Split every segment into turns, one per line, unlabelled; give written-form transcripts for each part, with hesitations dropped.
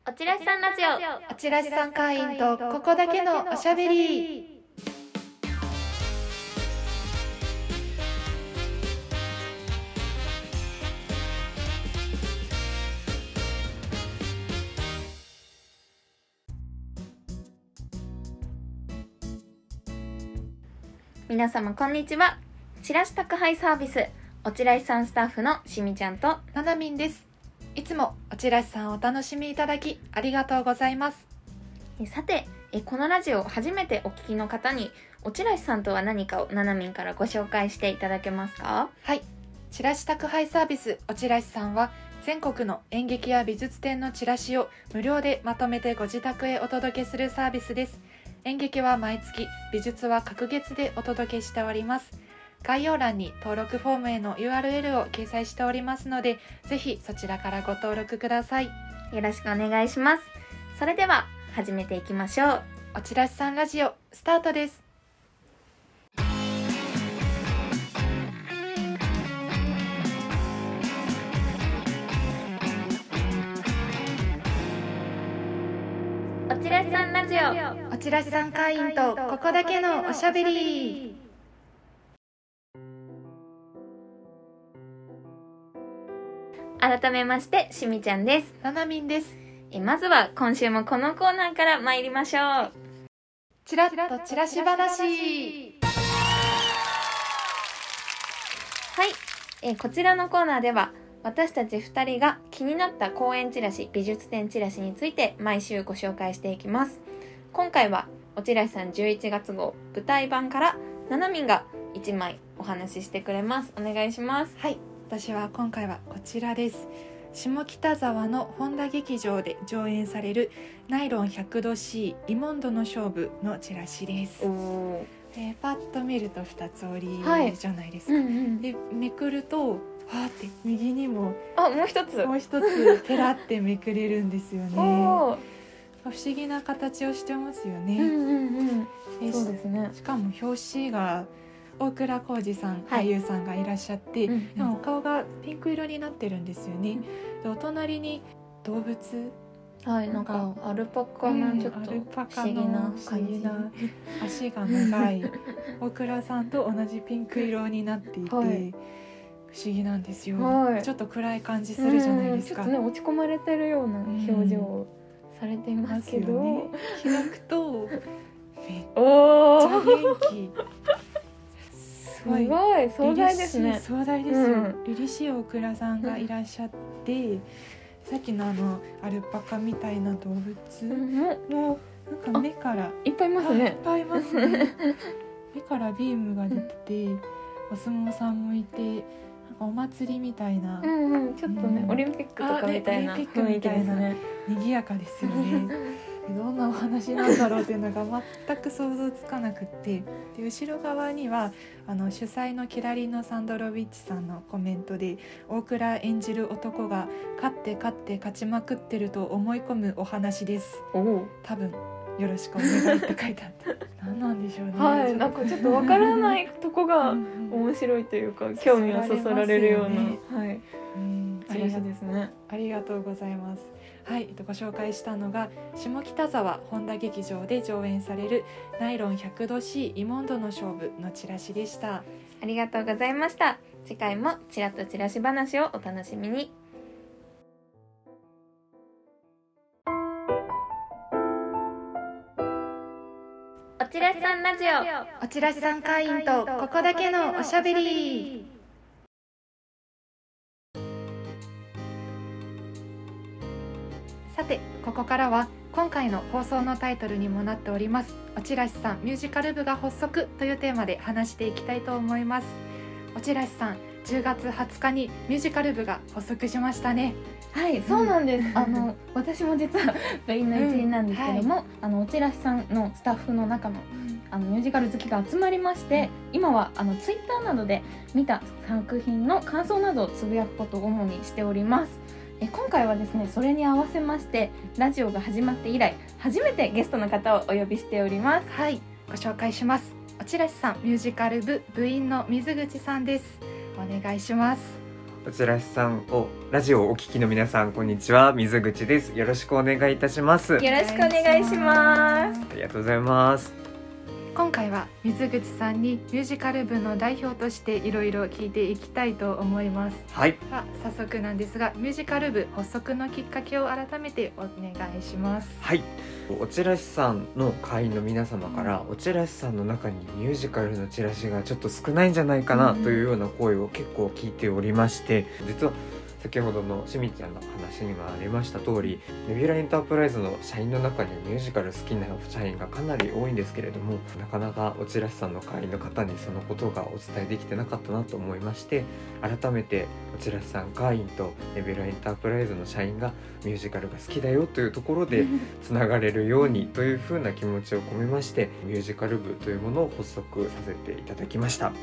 おちらしさんラジオ。
おちらしさん会員とここだけのおしゃべり。
皆様こんにちは。チラシ宅配サービスおちらしさんスタッフのしみちゃんと
ななみんです。いつもおちらしさんお楽しみいただきありがとうございます。
さてこのラジオを初めてお聞きの方におちらしさんとは何かをななみんからご紹介していただけますか？
はい、チラシ宅配サービスおちらしさんは全国の演劇や美術展のチラシを無料でまとめてご自宅へお届けするサービスです。演劇は毎月、美術は隔月でお届けしております。概要欄に登録フォームへの URL を掲載しておりますので、ぜひそちらからご登録ください。
よろしくお願いします。それでは始めていきましょう。
おちらしさんラジオスタートです。
おちらしさんラジオ。
おちらしさん会員とここだけのおしゃべり。
改めましてしみちゃんです。
ななみんです。
まずは今週もこのコーナーから参りましょう。
チラッとチラシ話。
はい、こちらのコーナーでは私たち2人が気になった公演チラシ、美術展チラシについて毎週ご紹介していきます。今回はおちらしさん11月号舞台版からななみんが1枚お話ししてくれます。お願いします。
はい、私は今回はこちらです。下北沢の本田劇場で上演されるナイロン 100°C リモンドの勝負のチラシです。パッと見ると2つ折りじゃないですか、でめくるとわーって右にも
もう一つ
ペラってめくれるんですよね。不思議な形をしてますよね。
そうですね。
しかも表紙が大倉浩二さん、俳優さんがいらっしゃって、でもお顔がピンク色になってるんですよね。でお隣に動物、
なんかアルパカのちょっと不思議な感じ、
足が長い大倉さんと同じピンク色になっていて、不思議なんですよ、ちょっと暗い感じするじゃないですか。
ちょっとね落ち込まれてるような表情をされていますけど、
開くとめっちゃ元気。
すごい壮大ですね。
壮大ですよ、凛々しい大倉さんがいらっしゃって、さっきのアルパカみたいな動物もなんか目から
いっぱいいますね。
いっぱいいますね。目からビームが出てて、お相撲さんもいて、なんかお祭りみたいな、
ちょっとね、オリンピックとかみたいな雰囲気ですね。
賑やかですよね。どんなお話なんだろうっていうのが全く想像つかなくって、で後ろ側には主催のキラリノ・サンドロビッチさんのコメントで、大倉演じる男が勝って勝ちまくってると思い込むお話です。多分よろしくお願いって書いてあって何なんでしょうね。
なんかちょっとわからないとこが面白いというか興味をそそられるようなチラシですね。
ありがとうございます。はい、ご紹介したのが下北沢本田劇場で上演されるナイロン 100°C リモンドの勝負のチラシでした。
ありがとうございました。次回もちらっとチラシ話をお楽しみに。おちらしさんラジオ。
おちらしさん会員とここだけのおしゃべり。さて、ここからは今回の放送のタイトルにもなっておりますおちらしさんミュージカル部が発足というテーマで話していきたいと思います。おちらしさん、10月20日にミュージカル部が発足しましたね。
はい、そうなんです。私も実は部員の一員なんですけども、おちらしさんのスタッフの中のミュージカル好きが集まりまして、今はツイッターなどで見た作品の感想などをつぶやくことを主にしております。今回はですね、それに合わせましてラジオが始まって以来初めてゲストの方をお呼びしております。
はい、ご紹介します。おちらしさんミュージカル部部員の水口さんです。お願いします。
おちらしさんをラジオをお聞きの皆さん、こんにちは。水口です。よろしくお願いいたします。
よろしくお願いします。
ありがとうございます。
今回は水口さんにミュージカル部の代表としていろいろ聞いていきたいと思います。
はい。
早速なんですが、ミュージカル部発足のきっかけを改めてお願いします。
はい。おちらしさんの会員の皆様から、おちらしさんの中にミュージカルのチラシがちょっと少ないんじゃないかなというような声を結構聞いておりまして、実は先ほどのしみちゃんの話にもありました通り、ネビュラエンタープライズの社員の中にミュージカル好きな社員がかなり多いんですけれども、なかなかおちらしさんの会員の方にそのことがお伝えできてなかったなと思いまして、改めておちらしさん会員とネビュラエンタープライズの社員がミュージカルが好きだよというところでつながれるようにというふうな気持ちを込めまして、ミュージカル部というものを発足させていただきました。
はい。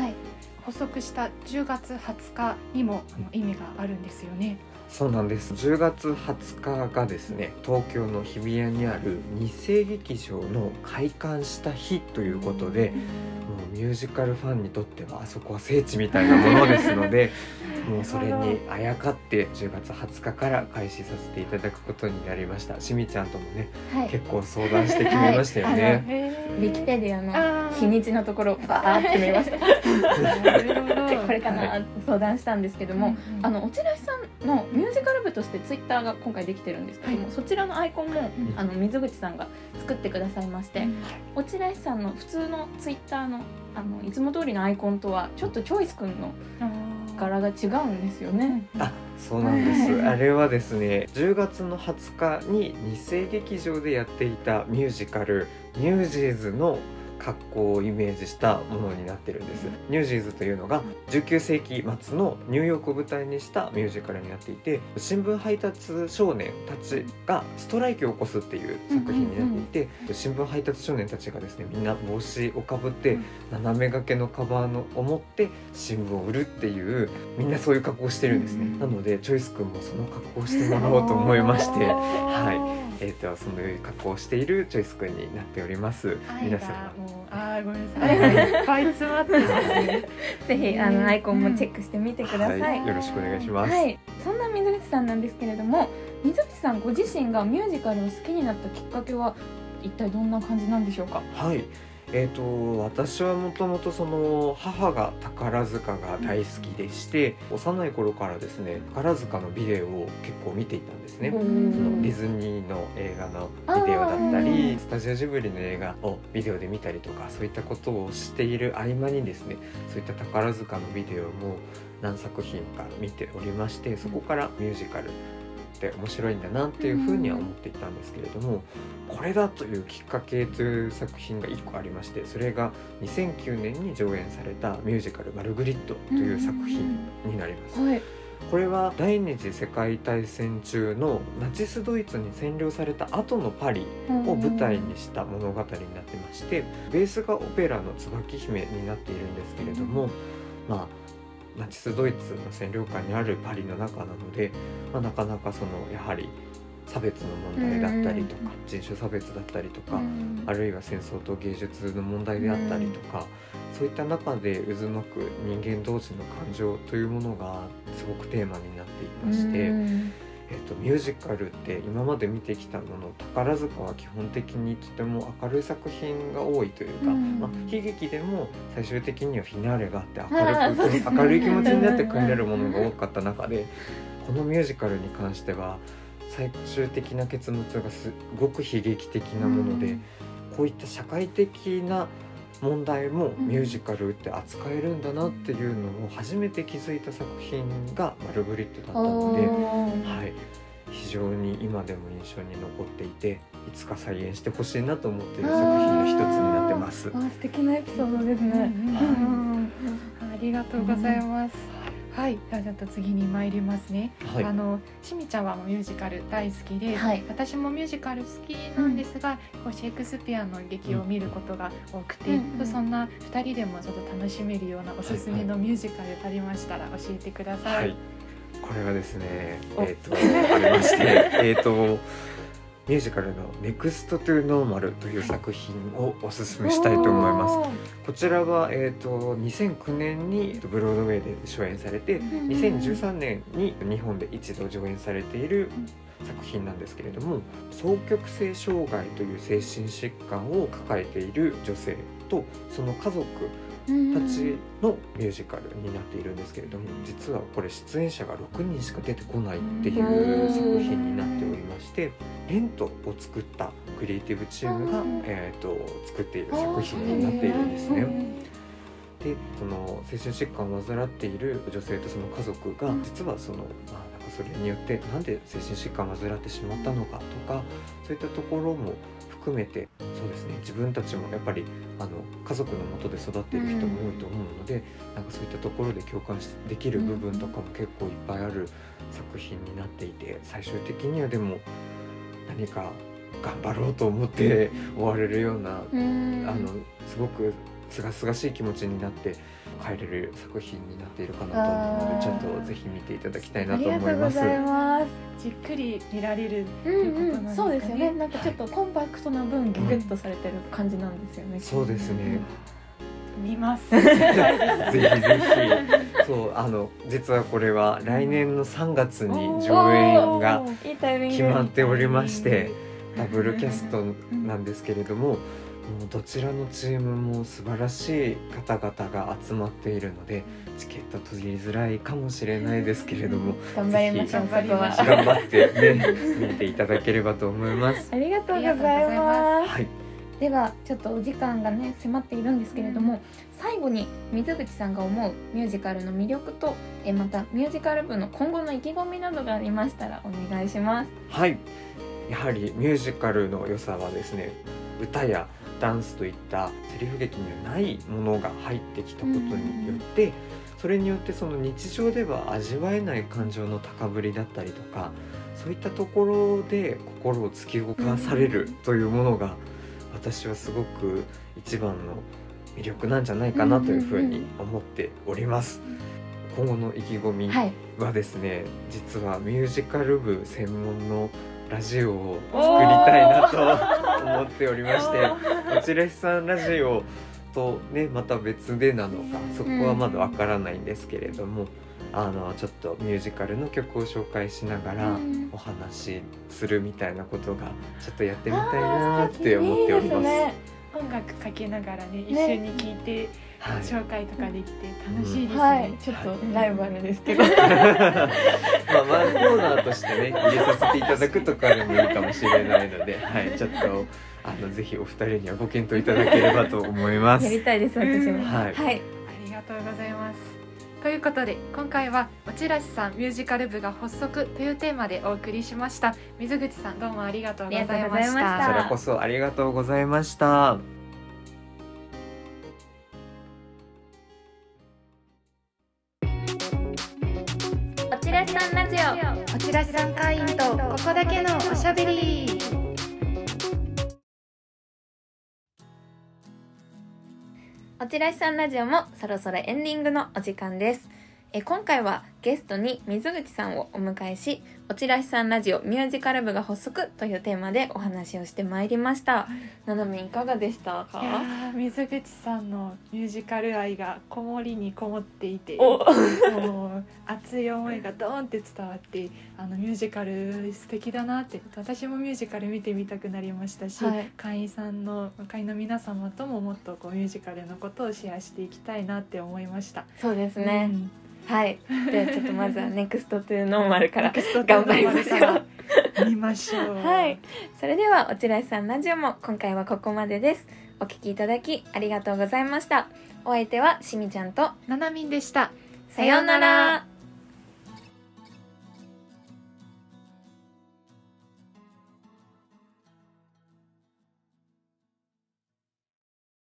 発足した10月20日にも意味があるんですよね。
そうなんです。10月20日がですね、東京の日比谷にある日生劇場の開館した日ということで、もうミュージカルファンにとってはあそこは聖地みたいなものですのでもうそれにあやかって10月20日から開始させていただくことになりました。しみちゃんともね、はい、結構相談して決めましたよね。
ウィキペディアの日にちのところバーって見ましたこれかなって相談したんですけども、おちらしさんのミュージカル部としてツイッターが今回できてるんですけども、そちらのアイコンも水口さんが作ってくださいまして、おちらしさんの普通のツイッターのいつも通りのアイコンとはちょっとチョイスくんの柄が違うんですよね。
あ、そうなんです。あれはですね、10月の20日に日生劇場でやっていたミュージカルニュージーズの格好をイメージしたものになってるんです。ニュージーズというのが19世紀末のニューヨークを舞台にしたミュージカルになっていて、新聞配達少年たちがストライキを起こすっていう作品になっていて、新聞配達少年たちがですね、みんな帽子をかぶって斜め掛けのカバンを持って新聞を売るっていう、みんなそういう格好をしてるんですね。なのでチョイス君もその格好をしてもらおうと思いまして、はい、そういう格好をしているチョイス君になっております。皆様
ごめんなさいいっぱい詰まってますね
ぜひアイコンもチェックしてみてください、
はい、よろしくお願いします、
はい、そんな水口さんなんですけれども、水口さんご自身がミュージカルを好きになったきっかけは一体どんな感じなんでしょうか？
はい、私はもともとその母が宝塚が大好きでして、幼い頃からですね、宝塚のビデオを結構見ていたんですね。そのディズニーの映画のビデオだったり、スタジオジブリの映画をビデオで見たりとか、そういったことをしている合間にですね、そういった宝塚のビデオも何作品か見ておりまして、そこからミュージカルって面白いんだなっていうふうには思っていたんですけれども、これだというきっかけという作品が1個ありまして、それが2009年に上演されたミュージカルマルグリットという作品になります、はい、これは第二次世界大戦中のナチスドイツに占領された後のパリを舞台にした物語になってまして、ベースがオペラの椿姫になっているんですけれども、ナチスドイツの占領下にあるパリの中なので、なかなかそのやはり差別の問題だったりとか、人種差別だったりとか、あるいは戦争と芸術の問題であったりとか、そういった中で渦巻く人間同士の感情というものがすごくテーマになっていまして、ミュージカルって今まで見てきたもの、宝塚は基本的にとても明るい作品が多いというか、悲劇でも最終的にはフィナーレがあって明るい気持ちになって帰れるものが多かった中で、このミュージカルに関しては最終的な結末がすごく悲劇的なもので、こういった社会的な問題もミュージカルって扱えるんだなっていうのを初めて気づいた作品がマルグリットだったので、はい、非常に今でも印象に残っていて、いつか再演してほしいなと思っている作品の一つになってます。
素敵なエピソードですね。
ありがとうございます。はい、じゃあちょっと次に参りますね。はい、しみちゃんはミュージカル大好きで、はい、私もミュージカル好きなんですが、シェイクスピアの劇を見ることが多くて、そんな2人でもちょっと楽しめるようなおすすめのミュージカルありましたら教えてください。
はい、これはですね、ありましてミュージカルのネクストトゥノーマルという作品をおすすめしたいと思います。こちらは、2009年にブロードウェイで初演されて、2013年に日本で一度上演されている作品なんですけれども、双極性障害という精神疾患を抱えている女性とその家族たちのミュージカルになっているんですけれども、実はこれ出演者が6人しか出てこないっていう作品になっておりまして、レントを作ったクリエイティブチームが、作っている作品になっているんですね。で、その精神疾患を患っている女性とその家族が実はその、それによってなんで精神疾患を患ってしまったのかとか、そういったところも含めて、そうですね、自分たちもやっぱり家族のもとで育っている人も多いと思うので、なんかそういったところで共感できる部分とかも結構いっぱいある作品になっていて、最終的にはでも何か頑張ろうと思って終われるような、すごくすがすがしい気持ちになって帰れる作品になっているかなと思うので、ちょっとぜひ見ていただきたいなと思います。
じっくり見られるっていうことなんですかね。
そうですよね。なんかちょっとコンパクトな分ギュッとされてる感じなんですよね。
そうですね。
見ます。
ぜひぜひ。そう実はこれは来年の3月に上演が決まっておりまして、ダブルキャストなんですけれども。もうどちらのチームも素晴らしい方々が集まっているので、チケット取りづらいかもしれないですけれども、
頑張りましょう。
頑張ってね見ていただければと思います。
ありがとうございます。
はい、
ではちょっとお時間がね迫っているんですけれども、最後に水口さんが思うミュージカルの魅力とまたミュージカル部の今後の意気込みなどがありましたらお願いします。
はい、やはりミュージカルの良さはですね、歌やダンスといったセリフ劇にはないものが入ってきたことによって、それによってその日常では味わえない感情の高ぶりだったりとか、そういったところで心を突き動かされるというものが、私はすごく一番の魅力なんじゃないかなというふうに思っております。今後の意気込みはですね、実はミュージカル部専門のラジオを作りたいなと思っておりまして、おちらしさんラジオとねまた別でなのか、そこはまだわからないんですけれども、ちょっとミュージカルの曲を紹介しながらお話しするみたいなことがちょっとやってみたいなって思っております。
音楽かけながらね、一緒に聴いて、紹介とかできて楽しいですね。
はい、ちょっとライバルですけど、
ワンコーナーとしてね入れさせていただくとかでもいいかもしれないので、はい、ちょっとぜひお二人にはご検討いただければと思います。
やりたいです私も。
はい、
ありがとうございます。ということで今回はおちらしさんミュージカル部が発足というテーマでお送りしました。水口さんどうもありがとうございました。
こち
らこそありがとうございました。
おちらしさんラジオ、
おちらしさん会員とここだけのおしゃべり。
おちらしさんラジオもそろそろエンディングのお時間です。今回はゲストに水口さんをお迎えし、おちらしさんラジオミュージカル部が発足というテーマでお話をしてまいりました。ななみんいかがでしたか？
いや水口さんのミュージカル愛がこもりにこもっていて、もう熱い思いがドーンって伝わって、ミュージカル素敵だなって、私もミュージカル見てみたくなりましたし、会員の皆様とももっとミュージカルのことをシェアしていきたいなって思いました。
そうですね、はい。ではちょっとまずはネクストトゥノーマルから頑張りましょう。
見ましょう。
はい。それではおちらしさんラジオも今回はここまでです。お聞きいただきありがとうございました。お相手はしみちゃんと
ななみんでした。
さようなら。